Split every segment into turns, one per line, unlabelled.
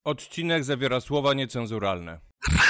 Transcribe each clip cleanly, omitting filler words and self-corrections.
Odcinek zawiera słowa niecenzuralne.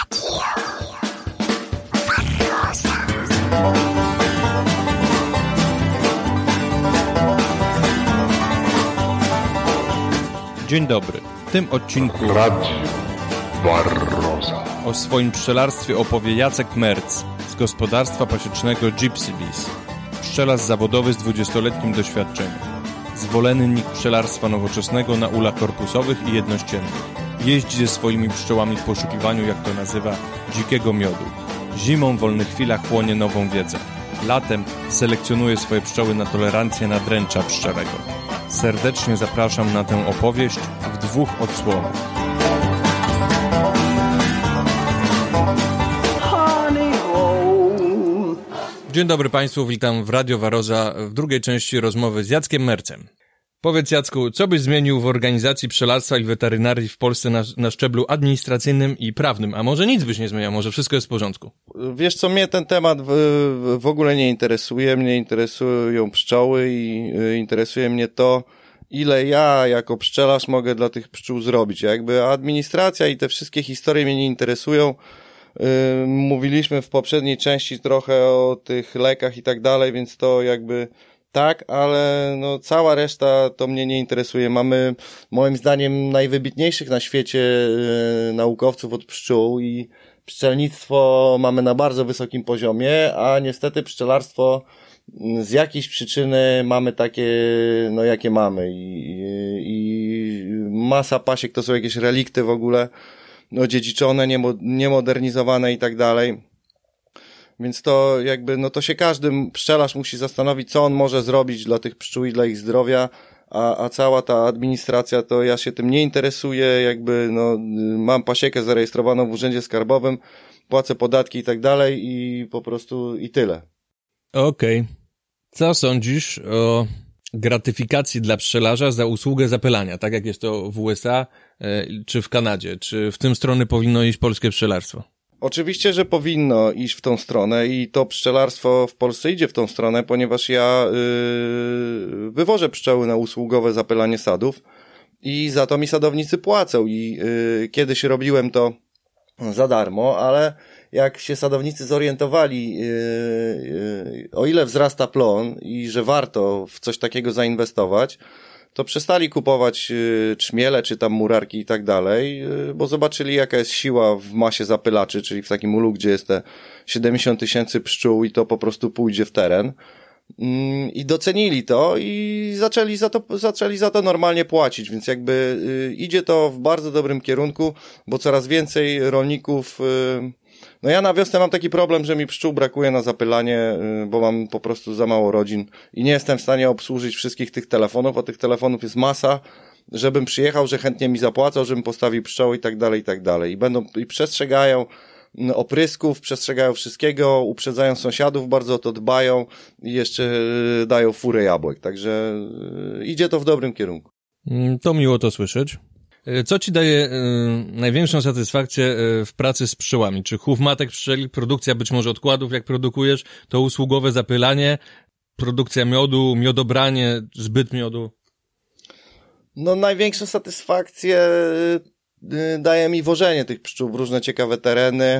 Dzień dobry. W tym odcinku
Radio Barroza.
o swoim pszczelarstwie opowie Jacek Merc z gospodarstwa pasiecznego Gypsy Bees. Pszczelarz zawodowy z 20-letnim doświadczeniem. Zwolennik pszczelarstwa nowoczesnego na ulach korpusowych i jednościennych. Jeździ ze swoimi pszczołami w poszukiwaniu, jak to nazywa, dzikiego miodu. Zimą w wolnych chwilach chłonie nową wiedzę. Latem selekcjonuje swoje pszczoły na tolerancję na dręcza pszczelego. Serdecznie zapraszam na tę opowieść w 2 odsłonach. Dzień dobry Państwu, witam w Radio Barroza w drugiej części rozmowy z Jackiem Mercem. Powiedz, Jacku, co byś zmienił w organizacji pszczelarstwa i weterynarii w Polsce na szczeblu administracyjnym i prawnym? A może nic byś nie zmieniał, może wszystko jest w porządku?
Wiesz co, mnie ten temat w ogóle nie interesuje. Mnie interesują pszczoły i interesuje mnie to, ile ja jako pszczelarz mogę dla tych pszczół zrobić. Jakby administracja i te wszystkie historie mnie nie interesują. Mówiliśmy w poprzedniej części trochę o tych lekach i tak dalej, więc to jakby tak, ale no cała reszta to mnie nie interesuje. Mamy moim zdaniem najwybitniejszych na świecie naukowców od pszczół i pszczelnictwo mamy na bardzo wysokim poziomie, a niestety pszczelarstwo z jakiejś przyczyny mamy takie, no jakie mamy i masa pasiek to są jakieś relikty w ogóle, no dziedziczone, niemodernizowane i tak dalej. Więc to jakby, no to się każdy pszczelarz musi zastanowić, co on może zrobić dla tych pszczół i dla ich zdrowia, a cała ta administracja, to ja się tym nie interesuję, jakby, no, mam pasiekę zarejestrowaną w Urzędzie Skarbowym, płacę podatki i tak dalej i po prostu i tyle.
Okej. Co sądzisz o gratyfikacji dla pszczelarza za usługę zapylania, tak jak jest to w USA czy w Kanadzie? Czy w tym stronę powinno iść polskie pszczelarstwo?
Oczywiście, że powinno iść w tą stronę i to pszczelarstwo w Polsce idzie w tą stronę, ponieważ ja wywożę pszczoły na usługowe zapylanie sadów i za to mi sadownicy płacą i kiedyś robiłem to za darmo, ale jak się sadownicy zorientowali, o ile wzrasta plon i że warto w coś takiego zainwestować, to przestali kupować trzmiele czy tam murarki i tak dalej, bo zobaczyli, jaka jest siła w masie zapylaczy, czyli w takim ulu, gdzie jest te 70 000 pszczół i to po prostu pójdzie w teren. I docenili to i zaczęli za to normalnie płacić, więc jakby idzie to w bardzo dobrym kierunku, bo coraz więcej rolników, no ja na wiosnę mam taki problem, że mi pszczół brakuje na zapylanie, bo mam po prostu za mało rodzin i nie jestem w stanie obsłużyć wszystkich tych telefonów, a tych telefonów jest masa, żebym przyjechał, że chętnie mi zapłacał, żebym postawił pszczoły i tak dalej, i tak dalej. I przestrzegają oprysków, przestrzegają wszystkiego, uprzedzają sąsiadów, bardzo o to dbają i jeszcze dają furę jabłek, także idzie to w dobrym kierunku.
To miło to słyszeć. Co ci daje największą satysfakcję w pracy z pszczołami? Czy chów matek pszczeli, produkcja być może odkładów, jak produkujesz, to usługowe zapylanie, produkcja miodu, miodobranie, zbyt miodu?
No największą satysfakcję daje mi wożenie tych pszczół w różne ciekawe tereny,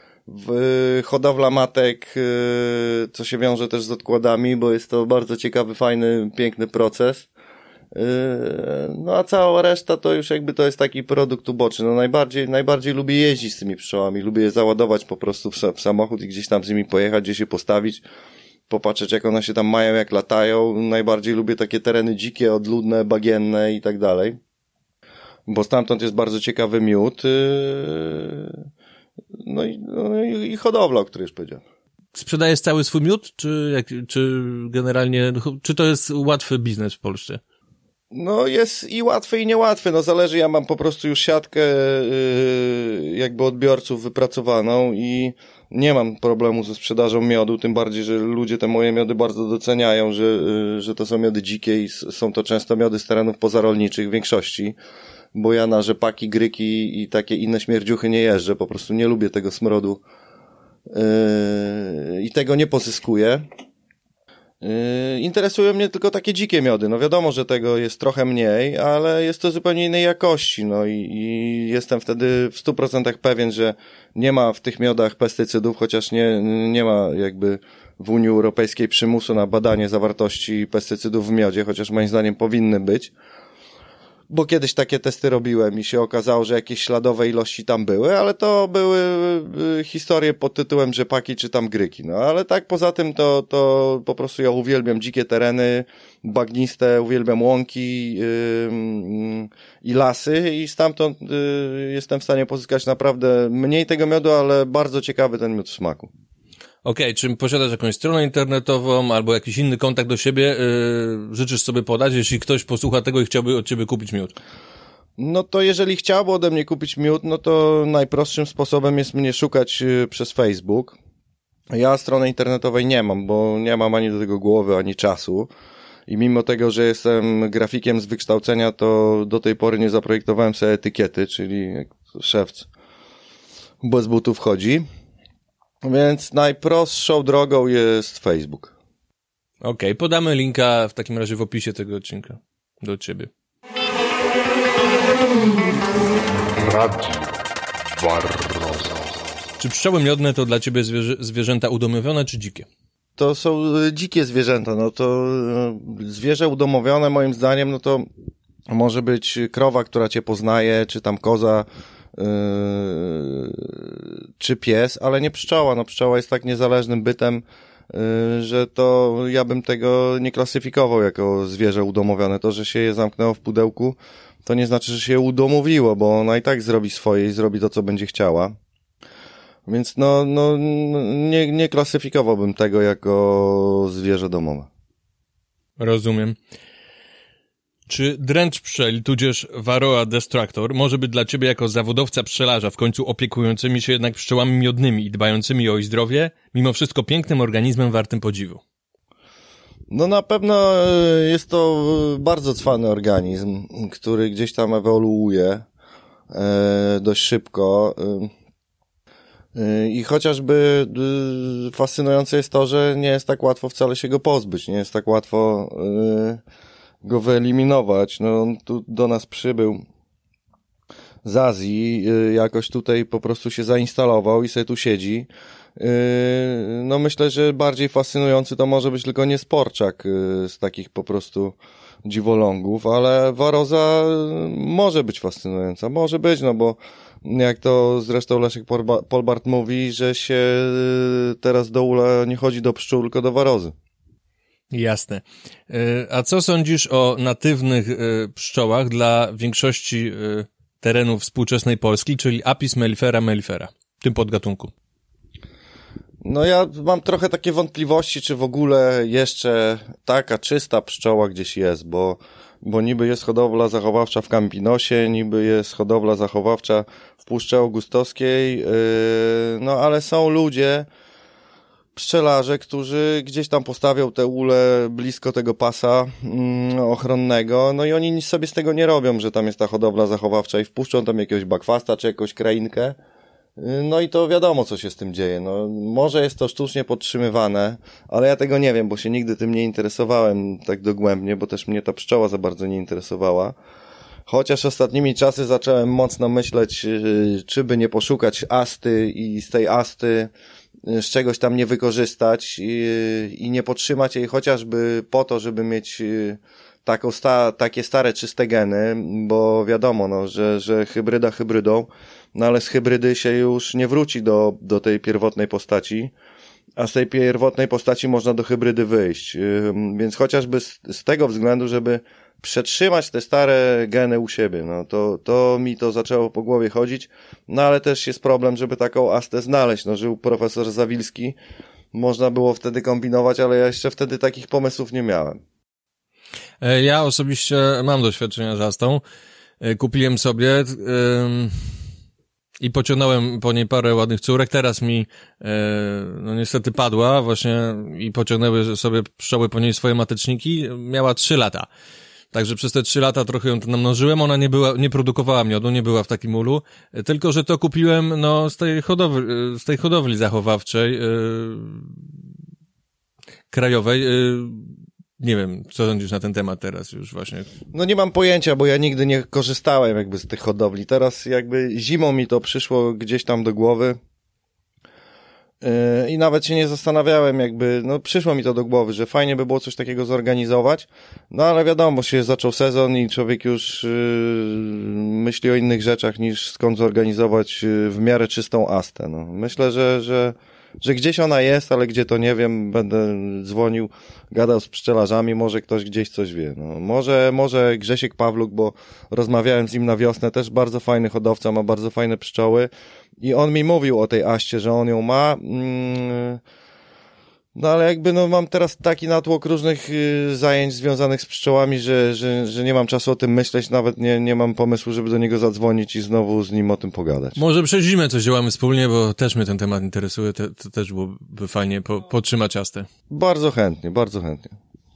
hodowla matek, co się wiąże też z odkładami, bo jest to bardzo ciekawy, fajny, piękny proces. No a cała reszta to już jakby to jest taki produkt uboczny. No najbardziej lubię jeździć z tymi pszczołami, lubię je załadować po prostu w samochód i gdzieś tam z nimi pojechać, gdzieś się postawić, popatrzeć jak one się tam mają, jak latają. Najbardziej lubię takie tereny dzikie, odludne, bagienne i tak dalej, bo stamtąd jest bardzo ciekawy miód. No i hodowla, o której już powiedziałem.
Sprzedajesz cały swój miód, czy generalnie, czy to jest łatwy biznes w Polsce?
No jest i łatwy i niełatwy, no zależy, ja mam po prostu już siatkę jakby odbiorców wypracowaną i nie mam problemu ze sprzedażą miodu, tym bardziej, że ludzie te moje miody bardzo doceniają, że to są miody dzikie i są to często miody z terenów pozarolniczych w większości, bo ja na rzepaki, gryki i takie inne śmierdziuchy nie jeżdżę, po prostu nie lubię tego smrodu i tego nie pozyskuję. Interesują mnie tylko takie dzikie miody. No wiadomo, że tego jest trochę mniej, ale jest to zupełnie innej jakości. No i jestem wtedy w 100% pewien, że nie ma w tych miodach pestycydów, chociaż nie ma jakby w Unii Europejskiej przymusu na badanie zawartości pestycydów w miodzie, chociaż moim zdaniem powinny być. Bo kiedyś takie testy robiłem i się okazało, że jakieś śladowe ilości tam były, ale to były historie pod tytułem rzepaki czy tam gryki. No ale tak poza tym to po prostu ja uwielbiam dzikie tereny, bagniste, uwielbiam łąki i lasy i stamtąd jestem w stanie pozyskać naprawdę mniej tego miodu, ale bardzo ciekawy ten miód w smaku.
Okej, czy posiadasz jakąś stronę internetową albo jakiś inny kontakt do siebie, życzysz sobie podać, jeśli ktoś posłucha tego i chciałby od ciebie kupić miód?
No to jeżeli chciałby ode mnie kupić miód, no to najprostszym sposobem jest mnie szukać przez Facebook. Ja strony internetowej nie mam, bo nie mam ani do tego głowy, ani czasu. I mimo tego, że jestem grafikiem z wykształcenia, to do tej pory nie zaprojektowałem sobie etykiety, czyli jak szewc bez butów chodzi. Więc najprostszą drogą jest Facebook.
Okej, podamy linka w takim razie w opisie tego odcinka do ciebie.
Radio Barroza.
Czy pszczoły miodne to dla ciebie zwierzęta udomowione czy dzikie?
To są dzikie zwierzęta, no to zwierzę udomowione moim zdaniem, no to może być krowa, która cię poznaje, czy tam koza, czy pies, ale nie pszczoła. No pszczoła jest tak niezależnym bytem, że to ja bym tego nie klasyfikował jako zwierzę udomowione. To, że się je zamknęło w pudełku, to nie znaczy, że się je udomowiło, bo ona i tak zrobi swoje i zrobi to, co będzie chciała. Więc nie klasyfikowałbym tego jako zwierzę domowe.
Rozumiem. Czy dręcz pszczeli, tudzież Varroa destructor, może być dla ciebie jako zawodowca pszczelarza, w końcu opiekującymi się jednak pszczołami miodnymi i dbającymi o ich zdrowie, mimo wszystko pięknym organizmem wartym podziwu?
No na pewno jest to bardzo cwany organizm, który gdzieś tam ewoluuje dość szybko. I chociażby fascynujące jest to, że nie jest tak łatwo wcale się go pozbyć, nie jest tak łatwo go wyeliminować. No on tu do nas przybył z Azji, jakoś tutaj po prostu się zainstalował i sobie tu siedzi. No myślę, że bardziej fascynujący to może być tylko niesporczak z takich po prostu dziwolągów, ale waroza może być fascynująca, może być, no bo jak to zresztą Leszek Polbart mówi, że się teraz do ula nie chodzi do pszczół, tylko do warozy.
Jasne. A co sądzisz o natywnych pszczołach dla większości terenów współczesnej Polski, czyli Apis mellifera mellifera, tym podgatunku?
No ja mam trochę takie wątpliwości, czy w ogóle jeszcze taka czysta pszczoła gdzieś jest, bo niby jest hodowla zachowawcza w Campinosie, niby jest hodowla zachowawcza w Puszczy Augustowskiej, no ale są ludzie, pszczelarze, którzy gdzieś tam postawią te ule blisko tego pasa ochronnego, no i oni nic sobie z tego nie robią, że tam jest ta hodowla zachowawcza i wpuszczą tam jakiegoś bakwasta czy jakąś krainkę. No i to wiadomo, co się z tym dzieje. No, może jest to sztucznie podtrzymywane, ale ja tego nie wiem, bo się nigdy tym nie interesowałem tak dogłębnie, bo też mnie ta pszczoła za bardzo nie interesowała. Chociaż ostatnimi czasy zacząłem mocno myśleć, czy by nie poszukać asty i z tej asty z czegoś tam nie wykorzystać i nie podtrzymać jej chociażby po to, żeby mieć takie stare, czyste geny, bo wiadomo, no, że hybryda hybrydą, no ale z hybrydy się już nie wróci do tej pierwotnej postaci, a z tej pierwotnej postaci można do hybrydy wyjść. Więc chociażby z tego względu, żeby przetrzymać te stare geny u siebie, no to mi to zaczęło po głowie chodzić, no ale też jest problem, żeby taką astę znaleźć. No żył profesor Zawilski, można było wtedy kombinować, ale ja jeszcze wtedy takich pomysłów nie miałem.
Ja osobiście mam doświadczenia z astą. Kupiłem sobie i pociągnąłem po niej parę ładnych córek. Teraz mi no niestety padła właśnie i pociągnęły sobie pszczoły po niej swoje mateczniki. Miała 3 lata. Także przez te 3 lata trochę ją namnożyłem. Ona nie produkowała miodu, nie była w takim ulu. Tylko że to kupiłem z tej hodowli zachowawczej. krajowej. Nie wiem, co sądzisz na ten temat teraz już właśnie?
No nie mam pojęcia, bo ja nigdy nie korzystałem jakby z tych hodowli. Teraz jakby zimą mi to przyszło gdzieś tam do głowy. I nawet się nie zastanawiałem jakby, no przyszło mi to do głowy, że fajnie by było coś takiego zorganizować, no ale wiadomo, się zaczął sezon i człowiek już myśli o innych rzeczach niż skąd zorganizować w miarę czystą astę. No. Myślę, że gdzieś ona jest, ale gdzie to nie wiem, będę dzwonił, gadał z pszczelarzami, może ktoś gdzieś coś wie. No. Może Grzesiek Pawluk, bo rozmawiałem z nim na wiosnę, też bardzo fajny hodowca, ma bardzo fajne pszczoły i on mi mówił o tej aście, że on ją ma. No ale jakby no mam teraz taki natłok różnych zajęć związanych z pszczołami, że nie mam czasu o tym myśleć, nawet nie mam pomysłu, żeby do niego zadzwonić i znowu z nim o tym pogadać.
Może przez zimę coś działamy wspólnie, bo też mnie ten temat interesuje, to też byłoby fajnie podtrzymać astę.
Bardzo chętnie, bardzo chętnie.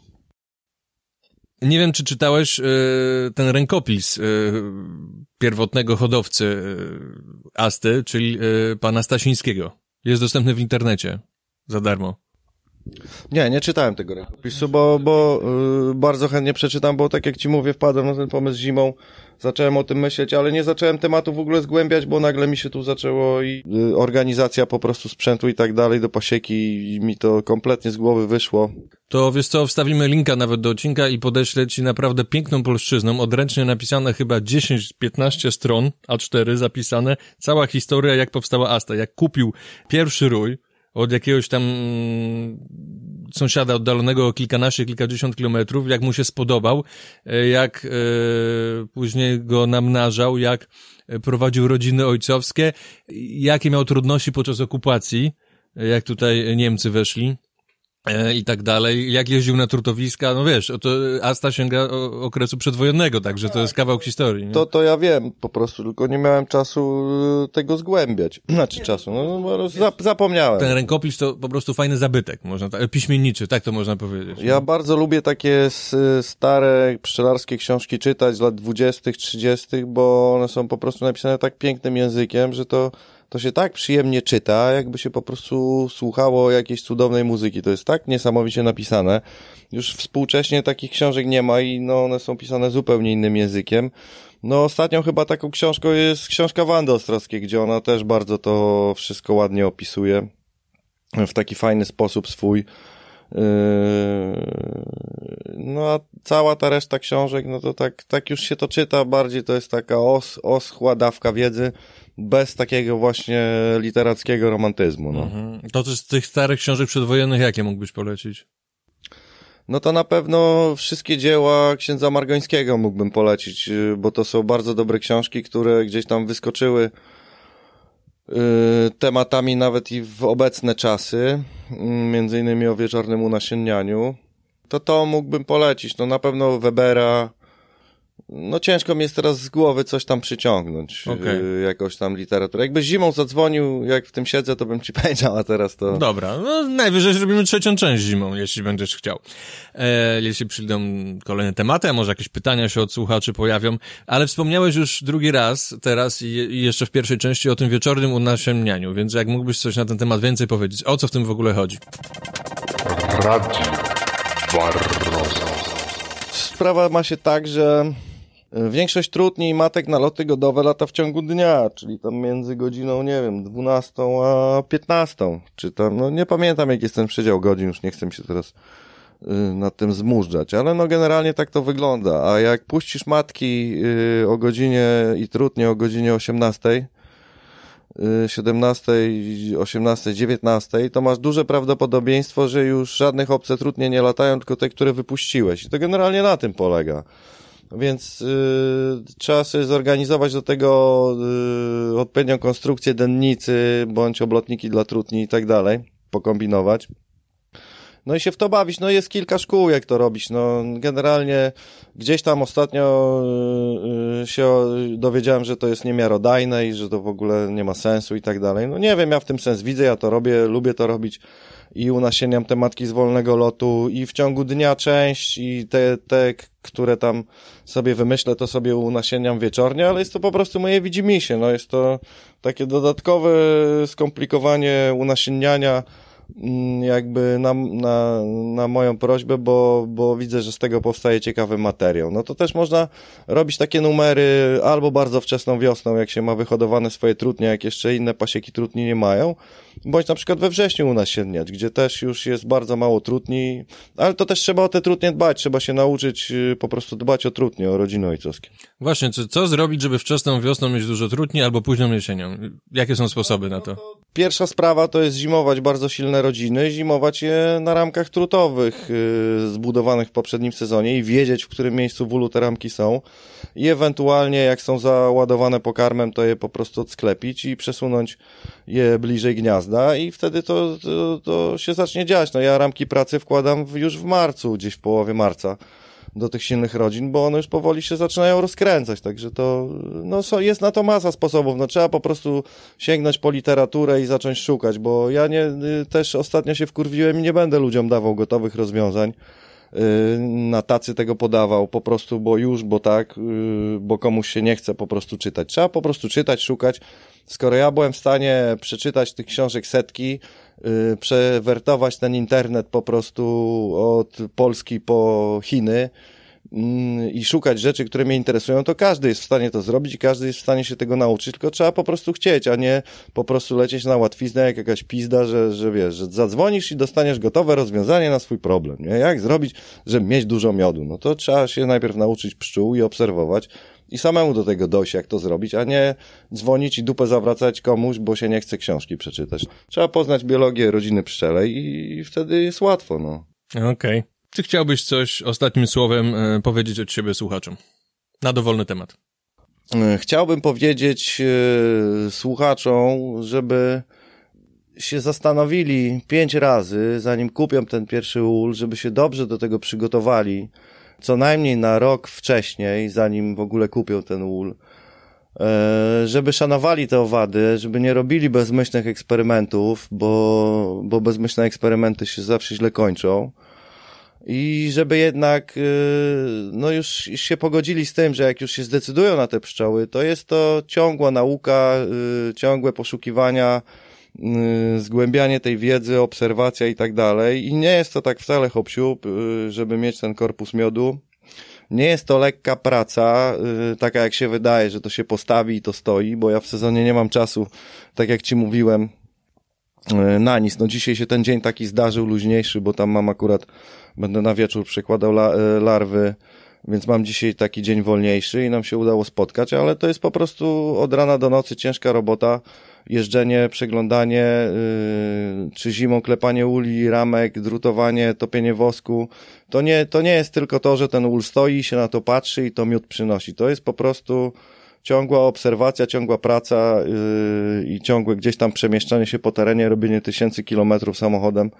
Nie wiem, czy czytałeś ten rękopis pierwotnego hodowcy asty, czyli pana Stasińskiego. Jest dostępny w internecie za darmo.
Nie czytałem tego rękopisu, bo bardzo chętnie przeczytam, bo tak jak ci mówię, wpadłem na ten pomysł zimą, zacząłem o tym myśleć, ale nie zacząłem tematu w ogóle zgłębiać, bo nagle mi się tu zaczęło i organizacja po prostu sprzętu i tak dalej do pasieki i mi to kompletnie z głowy wyszło.
To wiesz co, wstawimy linka nawet do odcinka i podeślę ci naprawdę piękną polszczyzną, odręcznie napisane chyba 10-15 stron, A4 zapisane, cała historia jak powstała asta, jak kupił pierwszy rój, od jakiegoś tam sąsiada oddalonego o kilkadziesiąt kilometrów, jak mu się spodobał, jak później go namnażał, jak prowadził rodziny ojcowskie, jakie miał trudności podczas okupacji, jak tutaj Niemcy weszli i tak dalej, jak jeździł na trutowiska, no wiesz, to asta sięga okresu przedwojennego, także to jest kawał historii. Nie?
To ja wiem po prostu, tylko nie miałem czasu tego zgłębiać. Znaczy czasu, zapomniałem.
Ten rękopis to po prostu fajny zabytek, piśmienniczy, tak to można powiedzieć.
Ja bardzo lubię takie stare pszczelarskie książki czytać z lat 20., 30., bo one są po prostu napisane tak pięknym językiem, że to się tak przyjemnie czyta, jakby się po prostu słuchało jakiejś cudownej muzyki. To jest tak niesamowicie napisane. Już współcześnie takich książek nie ma i no one są pisane zupełnie innym językiem. No ostatnią chyba taką kształtką jest książka Wandy Ostrowskiej, gdzie ona też bardzo to wszystko ładnie opisuje w taki fajny sposób swój. No a cała ta reszta książek, no to tak już się to czyta, bardziej to jest taka oschła dawka wiedzy, bez takiego właśnie literackiego romantyzmu. No.
To z tych starych książek przedwojennych jakie mógłbyś polecić?
No to na pewno wszystkie dzieła księdza Margońskiego mógłbym polecić, bo to są bardzo dobre książki, które gdzieś tam wyskoczyły tematami nawet i w obecne czasy, między innymi o wieczornym unasiennianiu. To mógłbym polecić, no na pewno Webera. No ciężko mi jest teraz z głowy coś tam przyciągnąć, jakąś tam literaturę. Jakby zimą zadzwonił, jak w tym siedzę, to bym ci powiedział, a teraz to...
Dobra, no najwyżej zrobimy trzecią część zimą, jeśli będziesz chciał. Jeśli przyjdą kolejne tematy, a może jakieś pytania się od słuchaczy pojawią, ale wspomniałeś już drugi raz teraz i jeszcze w pierwszej części o tym wieczornym unasiennianiu, więc jak mógłbyś coś na ten temat więcej powiedzieć, o co w tym w ogóle chodzi?
Radio Barroso.
Sprawa ma się tak, że większość trutni i matek na loty godowe lata w ciągu dnia, czyli tam między godziną, nie wiem, 12 a 15, czy tam, no nie pamiętam jaki jest ten przedział godzin, już nie chcę mi się teraz nad tym zmużdżać, ale no generalnie tak to wygląda, a jak puścisz matki o godzinie i trutnie o godzinie 18, 17, 18, 19, to masz duże prawdopodobieństwo, że już żadnych obce trutnie nie latają, tylko te, które wypuściłeś. I to generalnie na tym polega. Więc trzeba sobie zorganizować do tego odpowiednią konstrukcję dennicy, bądź oblotniki dla trutni i tak dalej, pokombinować. No i się w to bawić. No jest kilka szkół, jak to robić. No generalnie gdzieś tam ostatnio się dowiedziałem, że to jest niemiarodajne i że to w ogóle nie ma sensu i tak dalej. No nie wiem, ja w tym sens widzę, ja to robię, lubię to robić i unasieniam te matki z wolnego lotu i w ciągu dnia część i te, które tam sobie wymyślę, to sobie unasieniam wieczornie, ale jest to po prostu moje widzimisię. No jest to takie dodatkowe skomplikowanie unasienniania jakby na moją prośbę, bo widzę, że z tego powstaje ciekawy materiał. No to też można robić takie numery albo bardzo wczesną wiosną, jak się ma wyhodowane swoje trutnie, jak jeszcze inne pasieki trutni nie mają, bądź na przykład we wrześniu u nas siedniać, gdzie też już jest bardzo mało trutni, ale to też trzeba o te trutnie dbać, trzeba się nauczyć po prostu dbać o trutnie, o rodziny ojcowskie.
Właśnie, co zrobić, żeby wczesną wiosną mieć dużo trutni albo późną jesienią? Jakie są sposoby na to?
Pierwsza sprawa to jest zimować bardzo silne rodziny, zimować je na ramkach trutowych zbudowanych w poprzednim sezonie i wiedzieć, w którym miejscu w ulu te ramki są i ewentualnie jak są załadowane pokarmem, to je po prostu odsklepić i przesunąć je bliżej gniazda i wtedy to się zacznie dziać. No ja ramki pracy wkładam już w marcu, gdzieś w połowie marca do tych silnych rodzin, bo one już powoli się zaczynają rozkręcać, także to, jest na to masa sposobów, trzeba po prostu sięgnąć po literaturę i zacząć szukać, bo ja też ostatnio się wkurwiłem i nie będę ludziom dawał gotowych rozwiązań, na tacy tego podawał, po prostu, bo komuś się nie chce po prostu czytać. Trzeba po prostu czytać, szukać. Skoro ja byłem w stanie przeczytać tych książek setki, przewertować ten internet po prostu od Polski po Chiny i szukać rzeczy, które mnie interesują, to każdy jest w stanie to zrobić i każdy jest w stanie się tego nauczyć, tylko trzeba po prostu chcieć, a nie po prostu lecieć na łatwiznę jak jakaś pizda, że wiesz, że zadzwonisz i dostaniesz gotowe rozwiązanie na swój problem, nie? Jak zrobić, żeby mieć dużo miodu? No to trzeba się najpierw nauczyć pszczół i obserwować i samemu do tego dojść, jak to zrobić, a nie dzwonić i dupę zawracać komuś, bo się nie chce książki przeczytać. Trzeba poznać biologię rodziny pszczelej i wtedy jest łatwo, no.
Okej. Czy chciałbyś coś ostatnim słowem powiedzieć od siebie słuchaczom? Na dowolny temat.
Chciałbym powiedzieć słuchaczom, żeby się zastanowili 5 razy, zanim kupią ten pierwszy ul, żeby się dobrze do tego przygotowali, co najmniej na rok wcześniej, zanim w ogóle kupią ten ul, żeby szanowali te owady, żeby nie robili bezmyślnych eksperymentów, bo bezmyślne eksperymenty się zawsze źle kończą. I żeby jednak, już się pogodzili z tym, że jak już się zdecydują na te pszczoły, to jest to ciągła nauka, ciągłe poszukiwania, zgłębianie tej wiedzy, obserwacja i tak dalej. I nie jest to tak wcale hop-siup, żeby mieć ten korpus miodu. Nie jest to lekka praca, taka jak się wydaje, że to się postawi i to stoi, bo ja w sezonie nie mam czasu, tak jak ci mówiłem, na nic. Dzisiaj się ten dzień taki zdarzył, luźniejszy, bo tam będę na wieczór przekładał larwy, więc mam dzisiaj taki dzień wolniejszy i nam się udało spotkać, ale to jest po prostu od rana do nocy ciężka robota, jeżdżenie, przeglądanie, czy zimą klepanie uli, ramek, drutowanie, topienie wosku. To nie jest tylko to, że ten ul stoi i się na to patrzy i to miód przynosi. To jest po prostu ciągła obserwacja, ciągła praca i ciągłe gdzieś tam przemieszczanie się po terenie, robienie 1000 kilometrów samochodem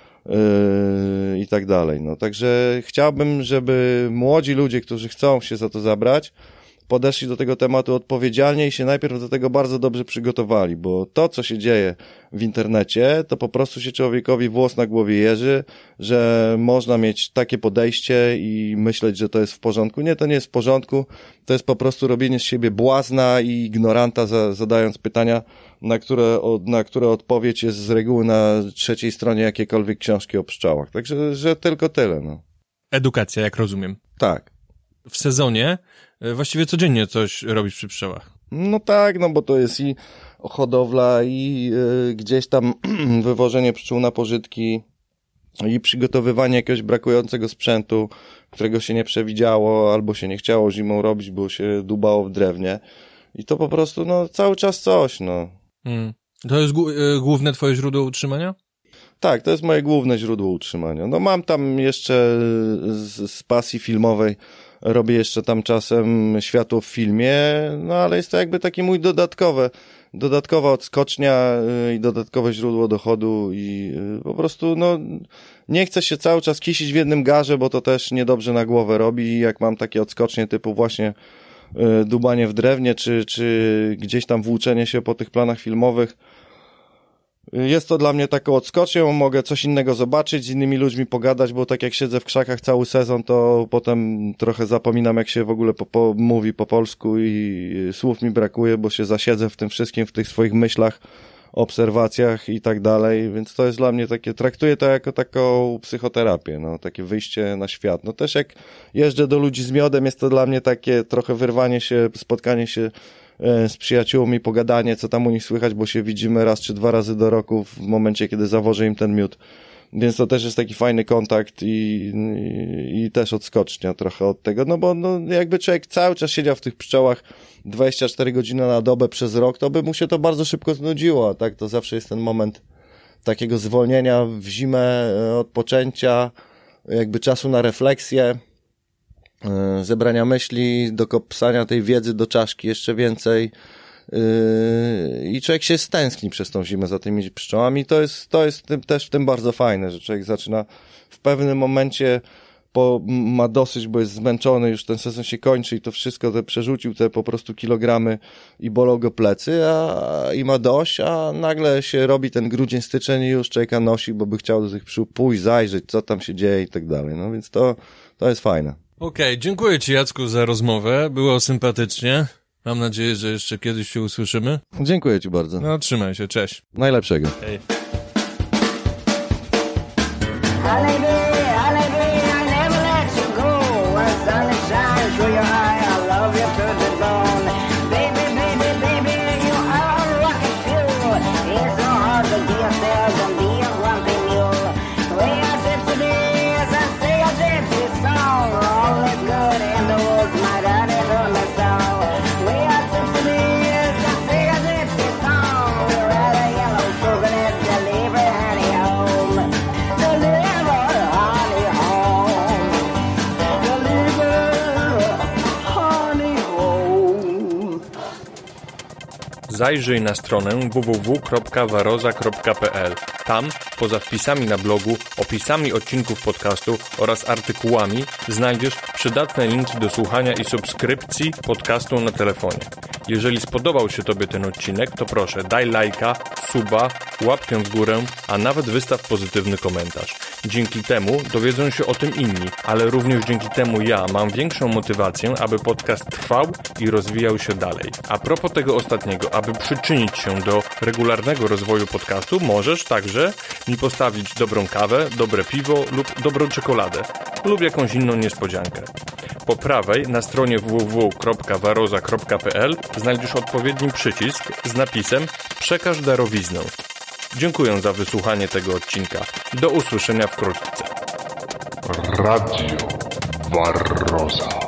i tak dalej. Także chciałbym, żeby młodzi ludzie, którzy chcą się za to zabrać, podeszli do tego tematu odpowiedzialnie i się najpierw do tego bardzo dobrze przygotowali, bo to, co się dzieje w internecie, to po prostu się człowiekowi włos na głowie jeży, że można mieć takie podejście i myśleć, że to jest w porządku. Nie, to nie jest w porządku, to jest po prostu robienie z siebie błazna i ignoranta, zadając pytania, na które odpowiedź jest z reguły na 3. stronie jakiejkolwiek książki o pszczołach. Także, że tylko tyle, no.
Edukacja, jak rozumiem.
Tak.
W sezonie właściwie codziennie coś robisz przy pszczołach.
No tak, bo to jest i hodowla, i gdzieś tam wywożenie pszczół na pożytki, i przygotowywanie jakiegoś brakującego sprzętu, którego się nie przewidziało, albo się nie chciało zimą robić, bo się dubało w drewnie. I to po prostu, cały czas coś,
To jest główne twoje źródło utrzymania?
Tak, to jest moje główne źródło utrzymania. Mam tam jeszcze z pasji filmowej, robię jeszcze tam czasem światło w filmie, ale jest to jakby taki mój dodatkowa odskocznia i dodatkowe źródło dochodu i po prostu, nie chcę się cały czas kisić w jednym garze, bo to też niedobrze na głowę robi i jak mam takie odskocznie typu właśnie dubanie w drewnie, czy gdzieś tam włóczenie się po tych planach filmowych, jest to dla mnie taką odskocznią, mogę coś innego zobaczyć, z innymi ludźmi pogadać, bo tak jak siedzę w krzakach cały sezon, to potem trochę zapominam, jak się w ogóle mówi po polsku i słów mi brakuje, bo się zasiedzę w tym wszystkim, w tych swoich myślach obserwacjach i tak dalej, więc to jest dla mnie takie, traktuję to jako taką psychoterapię, no, takie wyjście na świat. No też jak jeżdżę do ludzi z miodem, jest to dla mnie takie trochę wyrwanie się, spotkanie się z przyjaciółmi, pogadanie, co tam u nich słychać, bo się widzimy raz czy 2 razy do roku w momencie, kiedy zawożę im ten miód. Więc to też jest taki fajny kontakt i też odskocznia trochę od tego, no bo no, jakby człowiek cały czas siedział w tych pszczołach 24 godziny na dobę przez rok, to by mu się to bardzo szybko znudziło, a tak to zawsze jest ten moment takiego zwolnienia w zimę, odpoczęcia, jakby czasu na refleksję, zebrania myśli, dokopsania tej wiedzy do czaszki jeszcze więcej. I człowiek się stęskni przez tą zimę za tymi pszczołami. To jest też w tym bardzo fajne, że człowiek zaczyna w pewnym momencie ma dosyć, bo jest zmęczony, już ten sezon się kończy i to wszystko przerzucił te po prostu kilogramy i bolą go plecy, i ma dość, a nagle się robi ten grudzień, styczeń i już człowieka nosi, bo by chciał do tych pszczół pójść, zajrzeć, co tam się dzieje i tak dalej. No więc to jest fajne.
Okej, dziękuję Ci, Jacku, za rozmowę. Było sympatycznie. Mam nadzieję, że jeszcze kiedyś się usłyszymy.
Dziękuję Ci bardzo.
No, trzymaj się, cześć.
Najlepszego.
Hej. Zajrzyj na stronę www.waroza.pl. Tam, poza wpisami na blogu, opisami odcinków podcastu oraz artykułami, znajdziesz przydatne linki do słuchania i subskrypcji podcastu na telefonie. Jeżeli spodobał się Tobie ten odcinek, to proszę, daj lajka, suba, łapkę w górę, a nawet wystaw pozytywny komentarz. Dzięki temu dowiedzą się o tym inni, ale również dzięki temu ja mam większą motywację, aby podcast trwał i rozwijał się dalej. A propos tego ostatniego, aby przyczynić się do regularnego rozwoju podcastu, możesz także mi postawić dobrą kawę, dobre piwo lub dobrą czekoladę lub jakąś inną niespodziankę. Po prawej na stronie www.waroza.pl znajdziesz odpowiedni przycisk z napisem Przekaż darowiznę. Dziękuję za wysłuchanie tego odcinka. Do usłyszenia wkrótce.
Radio Barroza.